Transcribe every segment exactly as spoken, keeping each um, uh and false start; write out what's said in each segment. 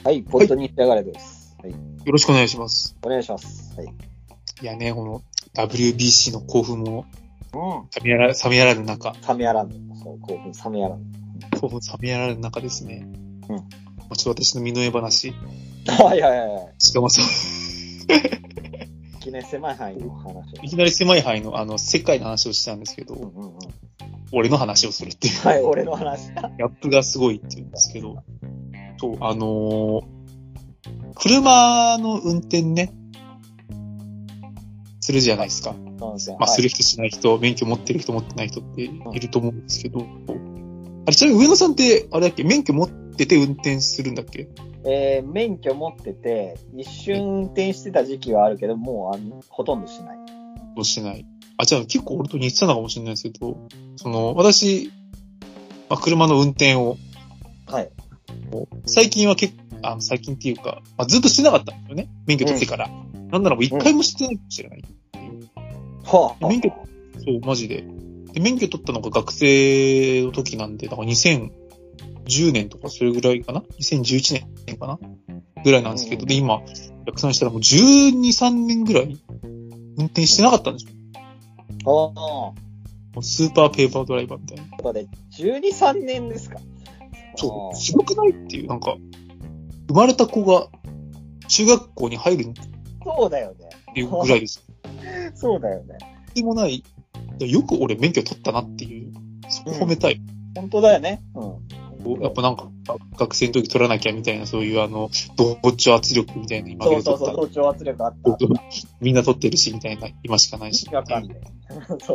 はい、ポッドに仕上がれです、はい。よろしくお願いします。 お願いします。はい。 いやね、この ダブリュービーシー の興奮も、 うん。 冷めやら、冷めやらぬ中。 冷めやらぬ。そう、興奮冷めやらぬ。 興奮冷めやらぬ中ですね。 うん。 まあ、ちょっと私の身の上話。 はいはいはいはい。 しかもそう。 いきなり狭い範囲の話。 いきなり狭い範囲の、あの、世界の話をしたんですけど、うんうんうん、俺の話をするっていう。 はい、俺の話。 ギャップがすごいっていうんですけど、そう、あのー、車の運転ね、するじゃないですか。 そうですね。 まあ、する人しない人、免許持ってる人持ってない人っていると思うんですけど、うん、あれ、ちなみに上野さんって、あれだっけ、免許持ってて運転するんだっけ？ えー、免許持ってて、一瞬運転してた時期はあるけど、もうあのほとんどしない。 どうしない。あ、じゃあ結構俺と似てたのかもしれないですけど、その、私、まあ、車の運転を、 はい。 最近は結構、あの、最近っていうか、まあ、ずっとしてなかったんですよね。免許取ってから。うん、なんならもう一回もしてないかもしれないっていう。うん、 はあ、 免許、そう、マジで。で、免許取ったのが学生の時なんで、だからにせんじゅうねんとかそれぐらいかな ?にせんじゅういちねんかなぐらいなんですけど、で、今、逆算したらもうじゅうに、さんねんぐらい運転してなかったんですよ。 ああ。 スーパーペーパードライバーみたいな。 そうで、じゅうに、さんねんですか？ そう、すごくないっていう、なんか、生まれた子が中学校に入るそうだよね。 っていうぐらいです。 そうだよね。 でもない、よく俺免許取ったなっていう、そこ褒めたい。 うん、本当だよね。 うん。やっぱなんか、学生の時取らなきゃみたいな、そういうあの、同調圧力みたいな今まで取った。 そうそうそう、同調圧力あった。 みんな取ってるし、みたいな、今しかないし。 わかんない。そう。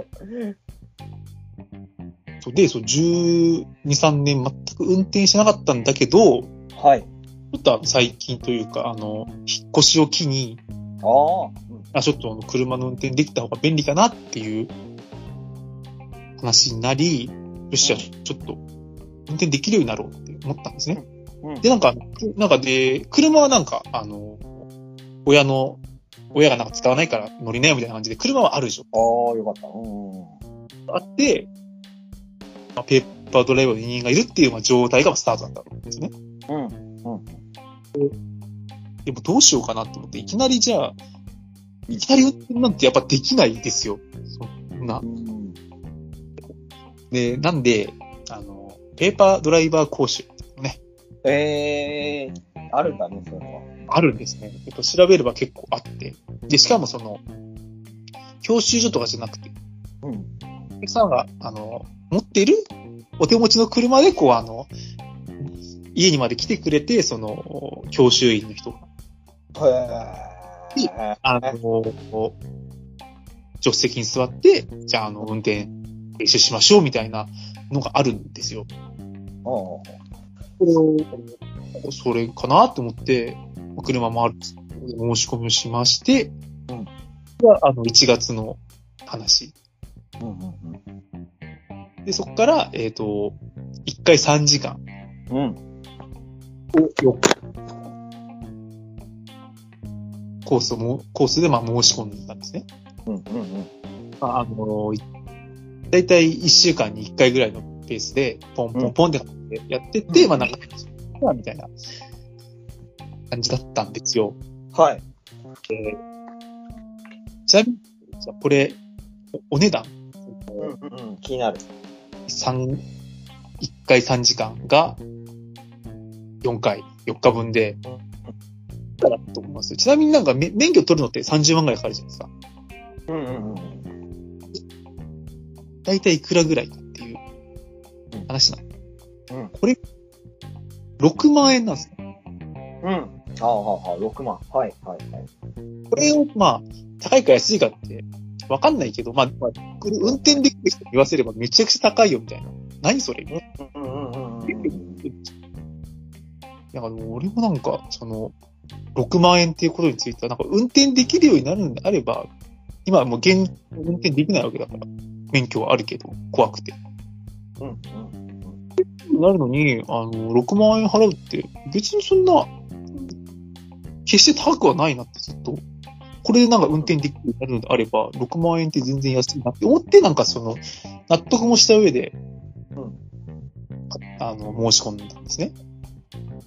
そうで、そう、じゅうに、さんねん全く運転しなかったんだけど、 はい。 ちょっと最近というか、あの、引っ越しを機に、 ああ、うん、 あ、ちょっとあの車の運転できた方が便利かなっていう話になり、よっしゃ、ちょっと運転できるようになろうって思ったんですね。うんうん、で、なんか、なんかで、車はなんか、あの、親の、親がなんか使わないから乗りなよみたいな感じで、車はあるでしょ。 ああ、よかった。うん、 あって、まあ、ペーパードライバーの人間がいるっていう、まあ、状態がスタートだったんですね。うん。うん。でもどうしようかなと思って、いきなりじゃあ、いきなり運転なんてやっぱできないですよ。そんな。うん、で、なんで、あの、ペーパードライバー講習ね。 ええー、あるんだね、それは。 あるんですね。えっと、調べれば結構あって。で、しかもその、教習所とかじゃなくて、うん。お客さんが、あの、持っているお手持ちの車で、こう、あの、家にまで来てくれて、その、教習員の人が。へー。あの、助手席に座って、じゃあ、あの、運転練習しましょうみたいなのがあるんですよ。ああ。それかなと思って、車もある申し込みをしまして、うん、あの、いちがつの話。うんうんうん、で、そこから、えっと、いっかいさんじかん。うん。を、コースも、コースでまあ申し込んだんですね。うんうんうん。あ、あの、だいたいいっしゅうかんにいっかいぐらいのペースで、ポンポンポンってやってって、うん、まあなんか、みたいな感じだったんですよ。はい。えー、ちなみに、これ、お値段、 うんうんうん、気になる。 三、いっかいさんじかんがよんかい、よっかぶんで、だと思います。ちなみになんか免許取るのってさんじゅうまんぐらいかかるじゃないですか。うんうんうん。だいたいいくらぐらいかっていう話なんで。うん。これ、ろくまんえんなんですね。 うん。ああ、はあ、ろくまん。はい、はい、はい。 これを、まあ、高いか安いかってわかんないけど、まあ、まあ、運転できる人に言わせればめちゃくちゃ高いよみたいな。何それみたいな。うんうんうんうん。なんか俺もなんか、その、ろくまんえんっていうことについては、なんか運転できるようになるんであれば、今はもう現、運転できないわけだから、免許はあるけど、怖くて。うんうん。なるのに、あの、ろくまんえん払うって、別にそんな、決して高くはないなってずっと、これでなんか運転できるようになるのであれば、ろくまんえんって全然安いなって思って、なんかその、納得もした上で、うん、あの、申し込んだんですね。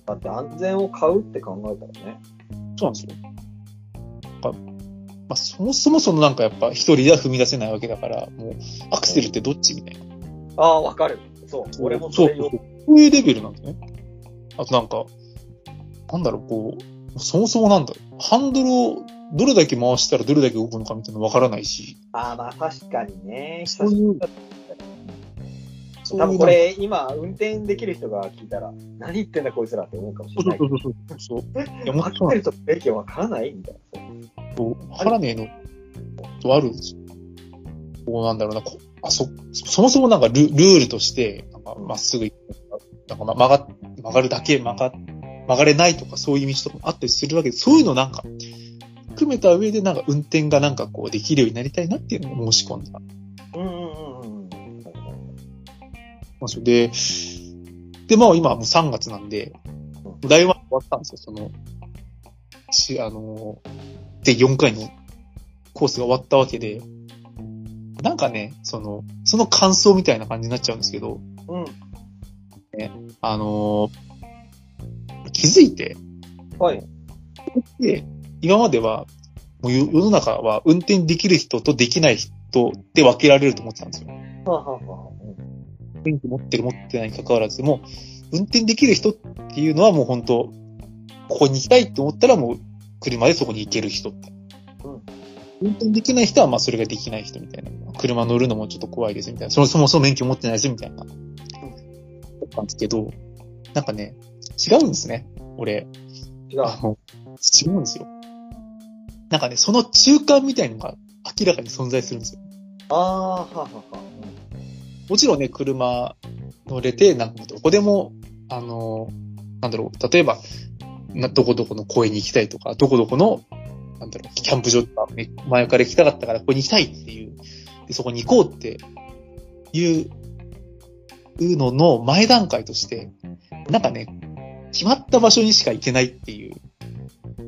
だって安全を買うって考えたらね。 そうなんですよ。まあ、そもそもそのなんかやっぱ一人では踏み出せないわけだから、もうアクセルってどっちみたいな。 ああ、わかる。そう。俺もそれよ。 そうそう。そういうレベルなんですね。あとなんか、なんだろう、こう、そもそもなんだろう、ハンドルをどれだけ回したらどれだけ動くのかみたいなのわからないし。 ああ、まあ確かにね。 そういう、 多分これ今運転できる人が聞いたら、何言ってんだこいつらって思うかもしれない。 そうそうそうそうそう。 いや、アクセルとブレーキわからないみたいな。 そう、わからねえの、とあるんですよ。こうなんだろうな、こあそ、そもそもなんかルルールとして、なんかまっすぐ行く、なんかま曲が、曲がるだけ、曲が、曲がれないとかそういう道とかもあったりするわけで、そういうのなんか、含めた上でなんか運転がなんかこうできるようになりたいなっていうのを申し込んだ。 うんうんうんうん。 まあ、それで、で、まあ今もうさんがつなんで、だいぶ終わったんですよ、その、し、あの、でよんかいのコースが終わったわけで、なんかね、その、その感想みたいな感じになっちゃうんですけど、 うん。 ね、あのー、気づいて、 はい。 で、今までは、もう世の中は運転できる人とできない人で分けられると思ってたんですよ。 はあ、はあはあ、 免許持ってる持ってないに関わらず、もう、運転できる人っていうのはもう本当、ここに行きたいと思ったらもう、車でそこに行ける人って。うん。運転できない人はまあそれができない人みたいな。車乗るのもちょっと怖いですみたいな。そもそもそも免許持ってないですみたいな。うん。だったんですけど、なんかね、違うんですね。俺。 違う。 あの、違うんですよ。なんかね、その中間みたいのが明らかに存在するんですよ。 ああ、はあはあ。 もちろんね、車乗れて、なんかどこでも、あの、なんだろう、例えば、などこどこの公園に行きたいとか、どこどこの、なんだろう、キャンプ場とか、前から行きたかったからここに行きたいっていう、でそこに行こうっていうのの前段階として、なんかね、決まった場所にしか行けないっていう。 うん、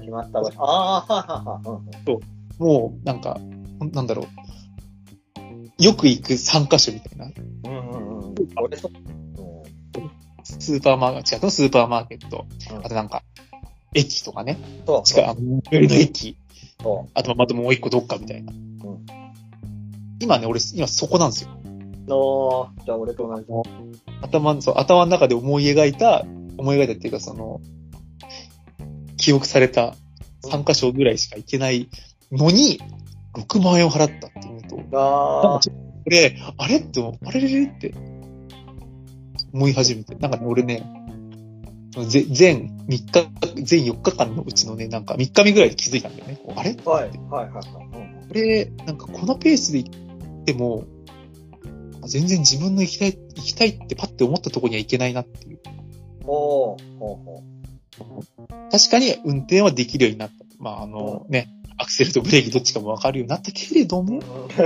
決まった場所。ああ、ははは。 そう。もう、なんか、なんだろう。よく行くさんカ所みたいな。 うんうんうん。俺そ、 スーパーマーケット、近くのスーパーマーケット。うん、あとなんか、駅とかね。 そう。 近く、あの、最寄りの駅。 そう。 あとまたもう一個どっかみたいな。うん、今ね、俺、今そこなんですよ。 のー、じゃあ俺と同じ。 頭、そう、頭の中で思い描いた、思い描いたっていうかその、記憶されたさんカ所ぐらいしか行けないのに、ろくまんえんを払ったっていうのと、 あなんかちょっと、これ、あれって、あれれれって思い始めて、なんかね、俺ね、ぜ全みっか、全よっかかんのうちのね、なんかみっかめぐらいで気づいたんだよね。あれはい、はい、はい。 これ、なんかこのペースで行っても、全然自分の行きたい、行きたいってパッて思ったところには行けないなっていう。 おー、ほうほう。確かに運転はできるようになった。まあ、あのね、アクセルとブレーキどっちかもわかるようになったけれども、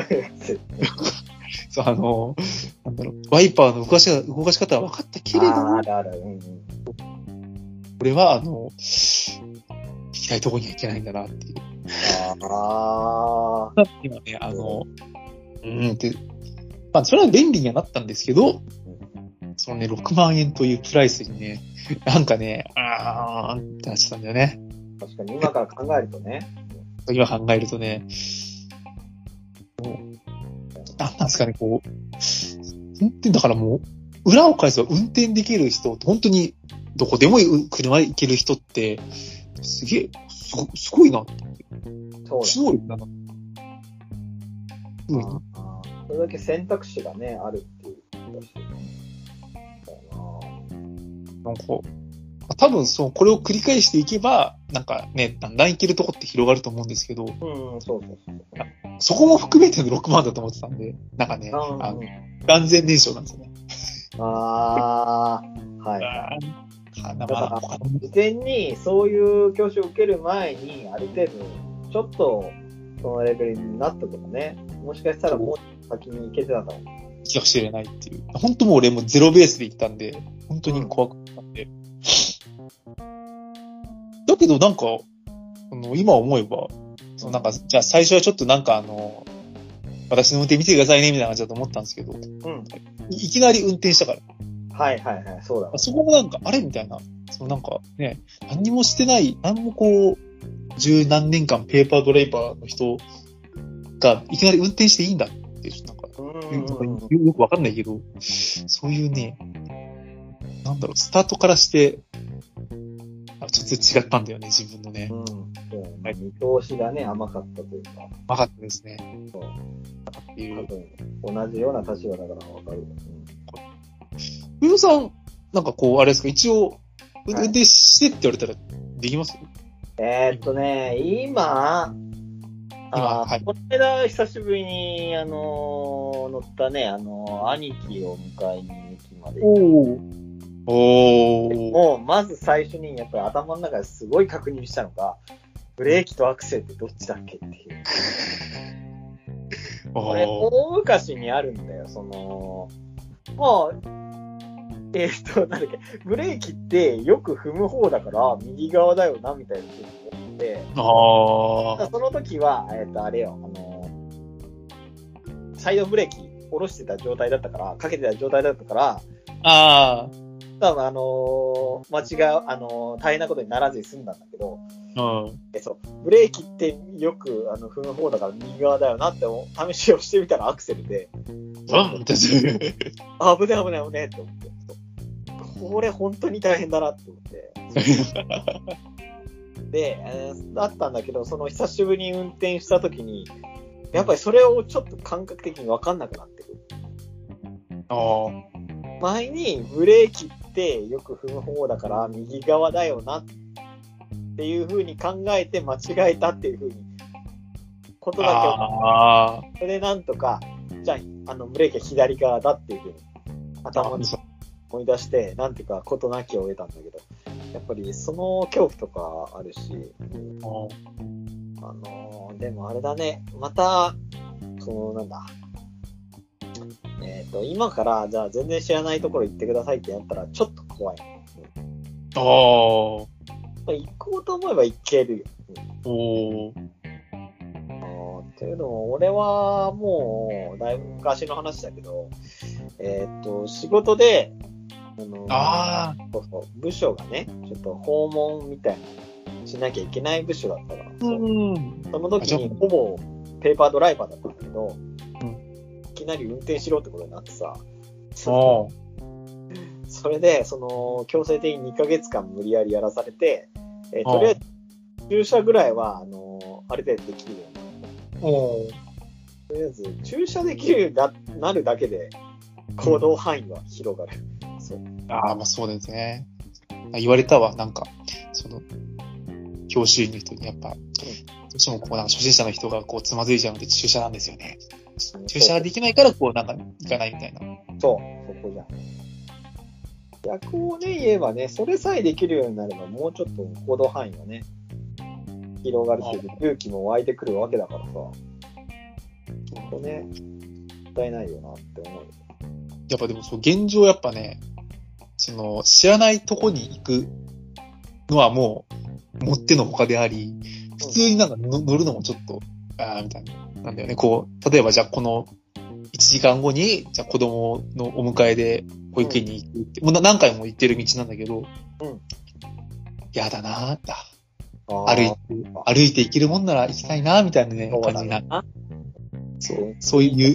そう、あの、なんだろう、ワイパーの動かし方、動かし方は分かったけれども、 あるある、うんうん、 俺は、あの、行きたいところには行けないんだなっていう。 ああ。 今ね、あの、うん、って、まあ、それは便利にはなったんですけど、そのね、ろくまんえんというプライスにね、なんかね、あーってなっちゃったんだよね。 確かに今から考えるとね。 今考えるとね、なんなんですかね、こう、運転だからもう、裏を返せば運転できる人、本当にどこでも車で行ける人って、すげえ、すごすごいなって。 そうだ。 すごいな。すごいな。それだけ選択肢がね、あるっていう気がしてる。 なんか、多分そう、これを繰り返していけば、なんかね、だんだんいけるとこって広がると思うんですけど、うん、 そうそうそう。 そこも含めてのろくまんだと思ってたんで、なんかね、うん、あの、完全燃焼なんですよね。 あー、はい。 あだから、事前にそういう教習を受ける前に、ある程度、ちょっと、そのレベルになったとかね、もしかしたらもう先に行けてたかも。 気が知れないっていう。本当もう俺もゼロベースで行ったんで、本当に怖かったんで。うん、だけどなんか、あの今思えば、そのなんか、じゃあ最初はちょっとなんかあの、私の運転見てくださいねみたいな感じだと思ったんですけど、うん、いきなり運転したから。 はいはいはい、そうだわ。 そこもなんか、あれみたいな。そのなんかね、何もしてない、何もこう、十何年間ペーパードライバーの人がいきなり運転していいんだって、なんか、よ, よくわかんないけど、そういうね、なんだろう、スタートからして、ちょっと違ったんだよね、自分のね。うん。 そうはい、見通しがね、甘かったというか。 甘かったですね。そう。 っていう。同じような立場だからわかる。 上野さん、なんかこう、あれですか、一応、運転してって言われたらできます？ えー、っとね、今、あ、はい、この間久しぶりに、あのー、乗ったね、あのー、兄貴を迎えに駅まで行った。おー。もう、まず最初に、やっぱり頭の中ですごい確認したのが、ブレーキとアクセルってどっちだっけっていう。これ、大昔にあるんだよ、その、もう、えー、っと、なんだっけ、ブレーキってよく踏む方だから、右側だよな、みたいなふうに思って、あその時は、えー、っと、あれよ、あのー、サイドブレーキ下ろしてた状態だったから、かけてた状態だったから、ああ。多分あのー、間違う、あのー、大変なことにならずに済んだんだけど、うん。え、そう、ブレーキってよく、あの、踏む方だから右側だよなって試しをしてみたらアクセルで、うん、あ、危ね危ね危ねって思って。これ本当に大変だなって思って。で、えー、だったんだけど、その久しぶりに運転した時に、やっぱりそれをちょっと感覚的に分かんなくなってくる。ああ。前にブレーキってよく踏む方だから右側だよなっていう風に考えて間違えたっていう風にことだけあそれでなんとか、じゃあ、あのブレーキは左側だっていう風に頭に思い出して、なんていうか、ことなきを得たんだけど、やっぱりその恐怖とかあるし、うん、あのー、でもあれだね、また、その、なんだ、えっと、今から、じゃあ全然知らないところ行ってくださいってやったら、ちょっと怖い。うん、ああ。行こうと思えば行けるよ。うん、おー。っていうのも、俺はもう、だいぶ昔の話だけど、えっと、仕事で、あのー、あそうそう部署がね、ちょっと訪問みたいなしなきゃいけない部署だったから、そううん、その時にほぼペーパードライバーだったんだけど、うん、いきなり運転しろってことになってさ、それで、その、強制的ににかげつかん無理やりやらされて、えー、とりあえず、駐車ぐらいは、あのー、ある程度できるようになって、とりあえず、駐車できるようになるだけで、行動範囲は広がる。そうああ、まあそうですね。言われたわ、なんか、その、教習員の人にやっぱ、うん、どうしてもこうなんか初心者の人がこうつまずいちゃうので駐車なんですよね。駐車ができないからこうなんか行かないみたいな。そう、そこじゃん。逆をね、言えばね、それさえできるようになればもうちょっと行動範囲がね、広がるっていう勇気も湧いてくるわけだからさ。ちょっとね、もったいないよなって思う。やっぱでもそう、現状やっぱね、その、知らないとこに行くのはもう、もってのほかであり、普通になんか乗るのもちょっと、ああ、みたいな。なんだよね。こう、例えばじゃあこのいちじかんごに、じゃあ子供のお迎えで保育園に行くって、うん、もう何回も行ってる道なんだけど、うん。やだなーって。歩いて、歩いて行けるもんなら行きたいなーみたいなね、感じになる。そう、そういう、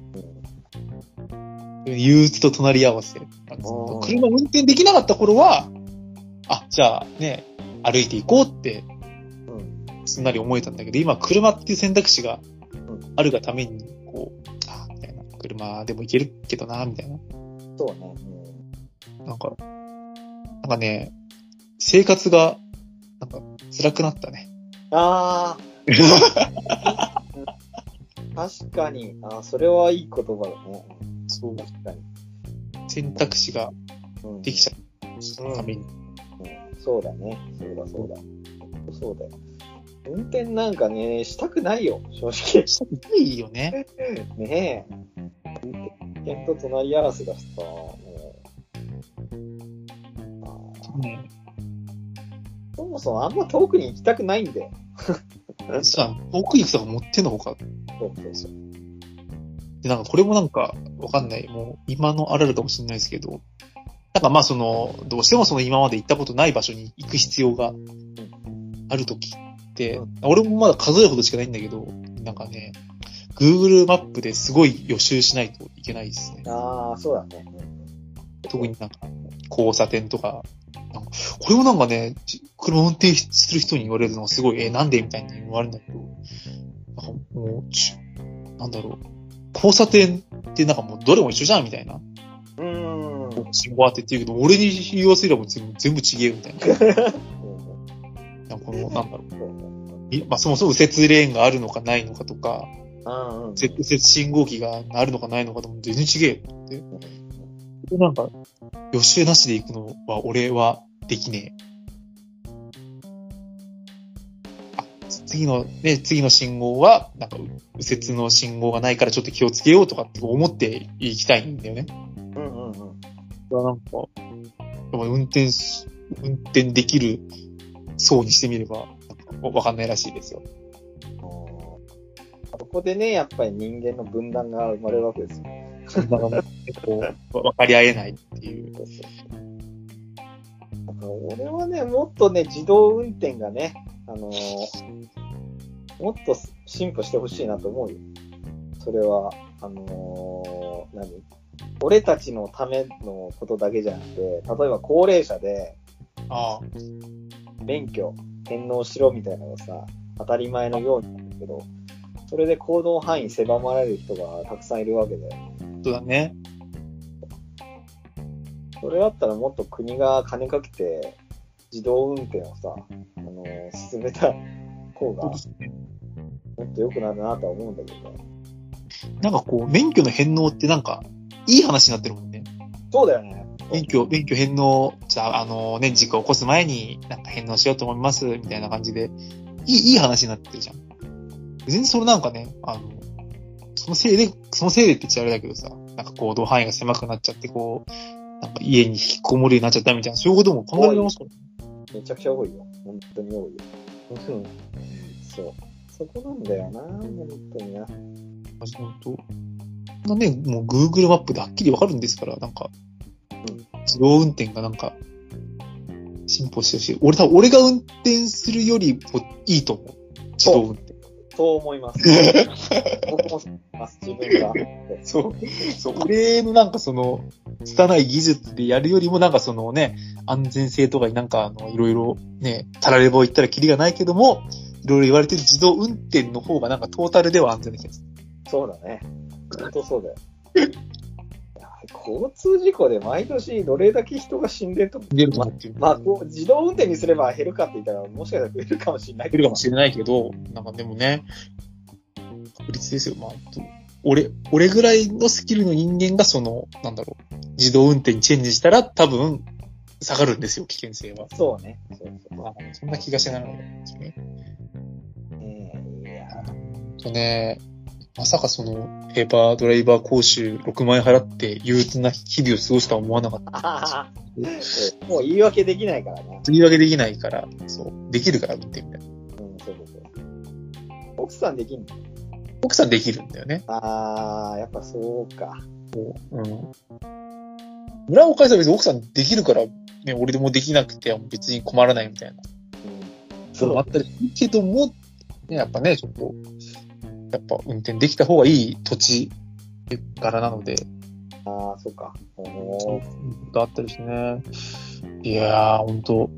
憂鬱と隣り合わせ。車運転できなかった頃は、あ、じゃあね、歩いて行こうって、すんなり思えたんだけど、今車っていう選択肢があるがために、こう、あ、みたいな、車でも行けるけどな、みたいな。そうね。うん、なんか、なんかね、生活が、なんか、辛くなったね。ああ。確かに。あ、それはいい言葉だね。そう。確かに。選択肢ができちゃうために、うんうんうん。そうだね。そうだそうだ。そうだよ。運転なんかね、したくないよ、正直。したくないよね。ねえ。運転と隣り合わせだしさ、もう。うん、そもそもあんま遠くに行きたくないんだよ。さ、遠くに行くとか持ってんのほか。そうそうそう。で、なんかこれもなんか、わかんない。もう、今のあるあるかもしれないですけど、 なんかまあその、どうしてもその今まで行ったことない場所に行く必要があるときって、うん、俺もまだ数えるほどしかないんだけど、なんかね、Google マップですごい予習しないといけないですね。 ああ、そうだね。 特になんか交差点とか、なんかこれもなんかね、車運転する人に言われるのがすごい、えー、なんでみたいに言われるんだけど、なんかもう、なんだろう、交差点ってなんかもうどれも一緒じゃんみたいな。 うーん。 信号当てって言うけど、俺に言わせれば全部、全部ちげえみたいな。なんかこの、なんだろう。まあそもそも右折レーンがあるのかないのかとか、 うんうん、 右折信号機があるのかないのかとも全然ちげえって。でなんか、予習なしで行くのは俺はできねえ。あ、次の、ね、次の信号は、なんか右折の信号がないからちょっと気をつけようとかって思って行きたいんだよね。 うんうんうん。 なんか、運転し、運転できる層にしてみれば、わかんないらしいですよ。 ここでね、やっぱり人間の分断が生まれるわけですよ。 だからこう分かり合えないっていう。 だから俺はね、もっとね、自動運転がね、あのー、もっと進歩してほしいなと思うよ。それは、あのー、何俺たちのためのことだけじゃなくて、例えば高齢者で、 ああ免許返納しろみたいなのがさ、当たり前のようになるけど、それで行動範囲狭まられる人がたくさんいるわけで。 そうだね。 それだったらもっと国が金かけて自動運転をさ、あのー、進めた方がもっと良くなるなとは思うんだけどね。 なんかこう、免許の返納ってなんか、いい話になってるもんね。 そうだよね。 免許、免許返納、じゃあ、あのね、事故を起こす前になんか返納しようと思います、みたいな感じで、いい、いい話になってるじゃん。全然それなんかね、あの、そのせいで、そのせいでって言っちゃあれだけどさ、なんか行動範囲が狭くなっちゃって、こう、なんか家に引きこもるようになっちゃったみたいな、そういうことも考えられますからね。めちゃくちゃ多いよ。本当に多いよ。そう。そこなんだよな、本当にな。 本当。ね、もう Google マップではっきりわかるんですから、なんか、うん、自動運転がなんか、進歩してほしい。俺多分、俺が運転するよりもいいと思う。自動運転。 そう思います。僕もそう思います、自分が。 そう。そう。俺のなんかその、拙い技術でやるよりもなんかそのね、安全性とかになんかあの、いろいろね、たられば言ったらキリがないけども、いろいろ言われてる自動運転の方がなんかトータルでは安全な気がする。 そうだね。本当そうだよ。交通事故で毎年どれだけ人が死んでると思う。 出ると思ってる。 まあ、こう自動運転にすれば減るかって言ったら、もしかしたら増えるかもしれないけど。減るかもしれないけど、なんかでもね、確率ですよ。まあ、俺、俺ぐらいのスキルの人間がその、なんだろう、自動運転にチェンジしたら多分、下がるんですよ、危険性は。 そうね。そうそうまあ、そんな気がしないんですよね。 えー、いやとね、まさかその、ペーパードライバー講習ろくまんえん払って憂鬱な日々を過ごすとは思わなかった。 もう言い訳できないからね。 言い訳できないから、そう、できるから運転みたいな。 うん、そうそうそう。奥さんできんの？ 奥さんできるんだよね。 あー、やっぱそうか。 そう、うん。裏を返せば別に奥さんできるから、ね、俺でもできなくて別に困らないみたいな。うん。そうあったりするけども、ね、やっぱね、ちょっと、やっぱ運転できた方がいい土地柄なので。 ああ、そうか。おー。そうあったりしてね。いやー、ほんと。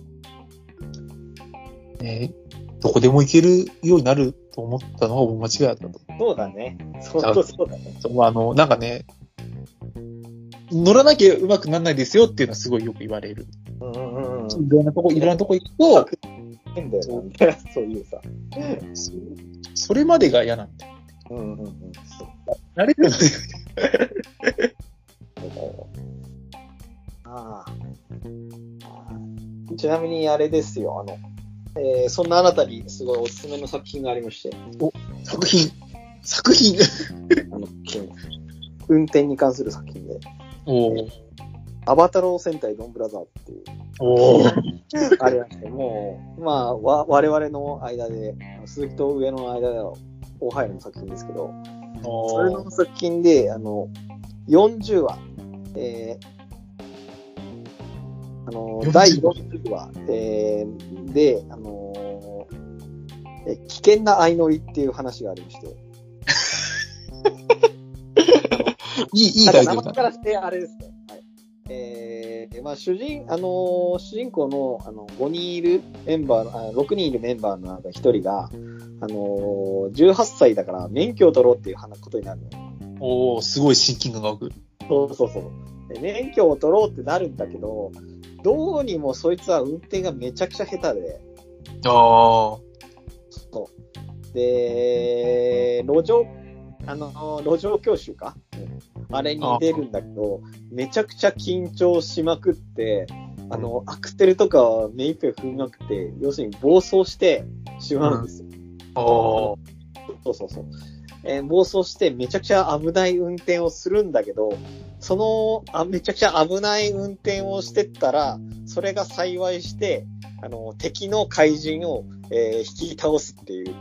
ね、どこでも行けるようになると思ったのは間違いだったと。 そうだね。そうそうそうだね。 そう、あの、なんかね、乗らなきゃ上手くならないですよっていうのはすごいよく言われる。 うんうんうん。 いろんなとこ、いろんなとこ行くと、 変だよな、そういうさ。 そう。それまでが嫌なんだよ。 うんうんうん。 慣れるまでああ。ちなみにあれですよ、あの、えー、そんなあなたにすごいおすすめの作品がありまして。 お、作品作品あの、運転に関する作品で。 おー。 アバタロー戦隊ドンブラザーっていう。 おー。 ありまして、もう、まあ、わ、我々の間で、鈴木と上野の間では、大流行りの作品ですけど、それの作品で、あの、よんじゅうわ、えー、 あの、だいよんじゅうわ、えー、で、あのー、え、危険な相乗りっていう話がありまして。 いい、いいタイトルだ。 名前からしてあれですね。はい。えー、まあ、主人、あのー、主人公の、あの、ごにんいるメンバーの、あろくにんいるメンバーの中ひとりが、あのー、じゅうはっさいだから免許を取ろうっていうことになるの。 おー、すごい親近感が湧く。 そうそうそう。で免許を取ろうってなるんだけど、どうにもそいつは運転がめちゃくちゃ下手で。 ああ。 そう。で、路上、あの、路上教習か、うん、あれに出るんだけど、めちゃくちゃ緊張しまくって、あの、アクセルとか目いっぱい踏みまくって、要するに暴走してしまうんですよ。 ああ。 そうそうそう。えー、暴走してめちゃくちゃ危ない運転をするんだけど、そのあめちゃくちゃ危ない運転をしてったら、それが幸いして、あの、敵の怪人を、えー、引き倒すっていう。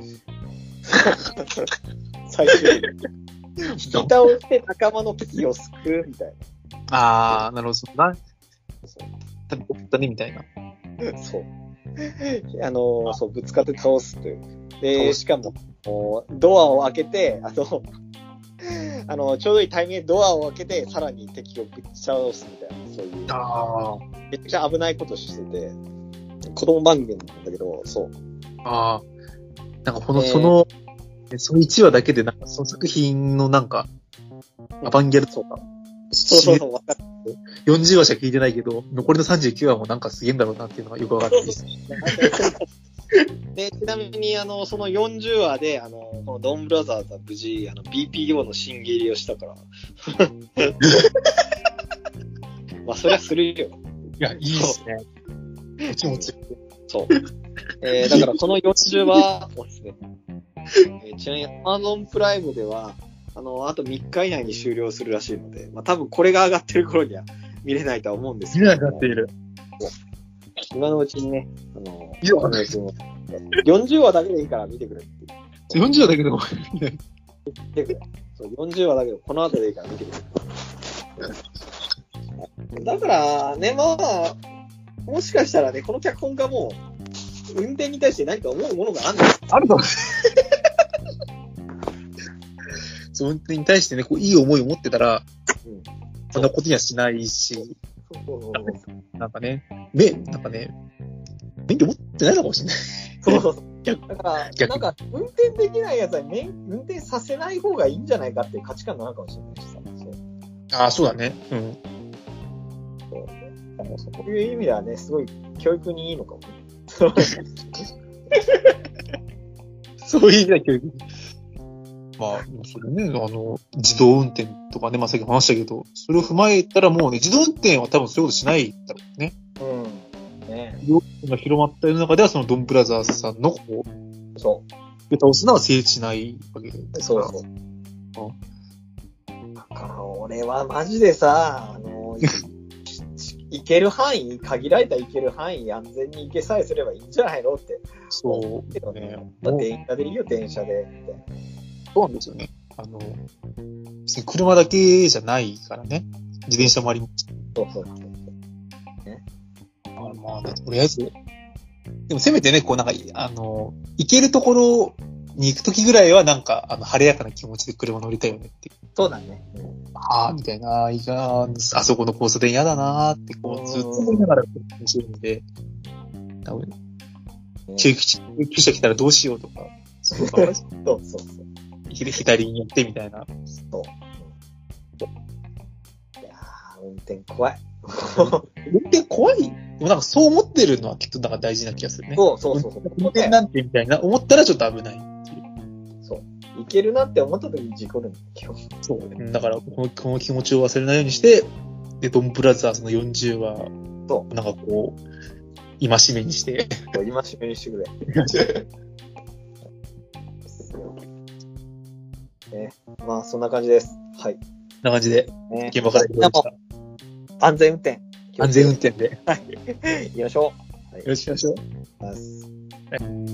最終的に。引き倒して仲間の危機を救うみたいな。ああ、なるほど。な。そう。食べたねみたいな。 そう。あの、そう、ぶつかって倒すという。で、しかも、ドアを開けて、あの、あの、ちょうどいいタイミングでドアを開けて、さらに敵をぶっち倒すみたいな、そういう。ああ。めっちゃ危ないことしてて、子供番組なんだけど、そう。ああ。なんかこの、えー、その、そのいちわだけで、なんかその作品のなんか、アバンギャルとか。 そうそうそう、わかる。 よんじゅうわしか聞いてないけど、残りのさんじゅうきゅうわもなんかすげえんだろうなっていうのがよくわかっていいです。 で、ちなみに、あの、そのよんじゅうわで、あの、このドンブラザーズは無事、あの、ビーピーオー の新切りをしたから。まあ、そりゃするよ。 いや、いいですね。もちもち。 そう。えー、だからこのよんじゅうわ、おすすめ。えー、ちなみに、Amazon プライムでは、あの、あとみっか以内に終了するらしいので、まあ、多分これが上がってる頃には見れないとは思うんですけど。 見れなくなっている。 今のうちにね、あの、今のうちによんじゅうわだけでいいから見てくれって。 よんじゅうわだけでも見てくれ。そう、よんじゅうわだけど、この後でいいから見てくれ。だから、ね、まあ、もしかしたらね、この脚本家も、運転に対して何か思うものがあるんですあると思う。その運転に対してね、こう、いい思いを持ってたら、うん、そんなことにはしないし、なんかね、め、なんかね、免許持ってないのかもしれない。 そうそうそう。だから、なんか、運転できないやつは、運転させない方がいいんじゃないかっていう価値観があるかもしれないしさ。そう。 ああ、そうだね。うん。 そう。だからそういう意味ではね、すごい教育にいいのかもね。 そういう意味では教育に。まあ、それね、あの、自動運転とかね、まあ、さっき話したけど、それを踏まえたらもうね、自動運転は多分そういうことしないだろうね。 うん。ね。 自動運転が広まった世の中では、そのドンブラザーズさんの、こう、そう。 倒すのは成立しないわけで。 そうそう。うん、だから俺はマジでさ、あの、行ける範囲、限られた行ける範囲、安全に行けさえすればいいんじゃないのって。 そうけどね。電車でいいよ、電車で。みたいな。 そうなんですよね。あの、別に車だけじゃないからね。自転車もあります。 そうそうそう。ね。 あまあね、とりあえず。でもせめてね、こうなんか、あの、行けるところに行くときぐらいはなんか、あの、晴れやかな気持ちで車乗りたいよねっていう。 そうだね。 うん、ああ、みたいな、いや、あそこの交差点嫌だなーって、こう、ずっと思いながら面白いんで、多分、救急車来たらどうしようとか、 そうそうそう。 左に寄ってみたいな。 そう。いやー、運転怖い。 運転怖い？でもなんかそう思ってるのはきっとなんか大事な気がするね。 そうそうそうそう。 運転なんてみたいな思ったらちょっと危ないっていう。 そう。いけるなって思った時に事故るんだよ。 そう。だからこの、この気持ちを忘れないようにして、で、ドンブラザーズのよんじゅうわ、そう。なんかこう、戒めにして。 そう、戒めにしてくれ。ね、まあ、そんな感じです。はい。こんな感じで、 ね、 現場から行きました。 安全運転。 安全運転で。 はい。行きましょう。 はい、よろしくお願いします。 はい。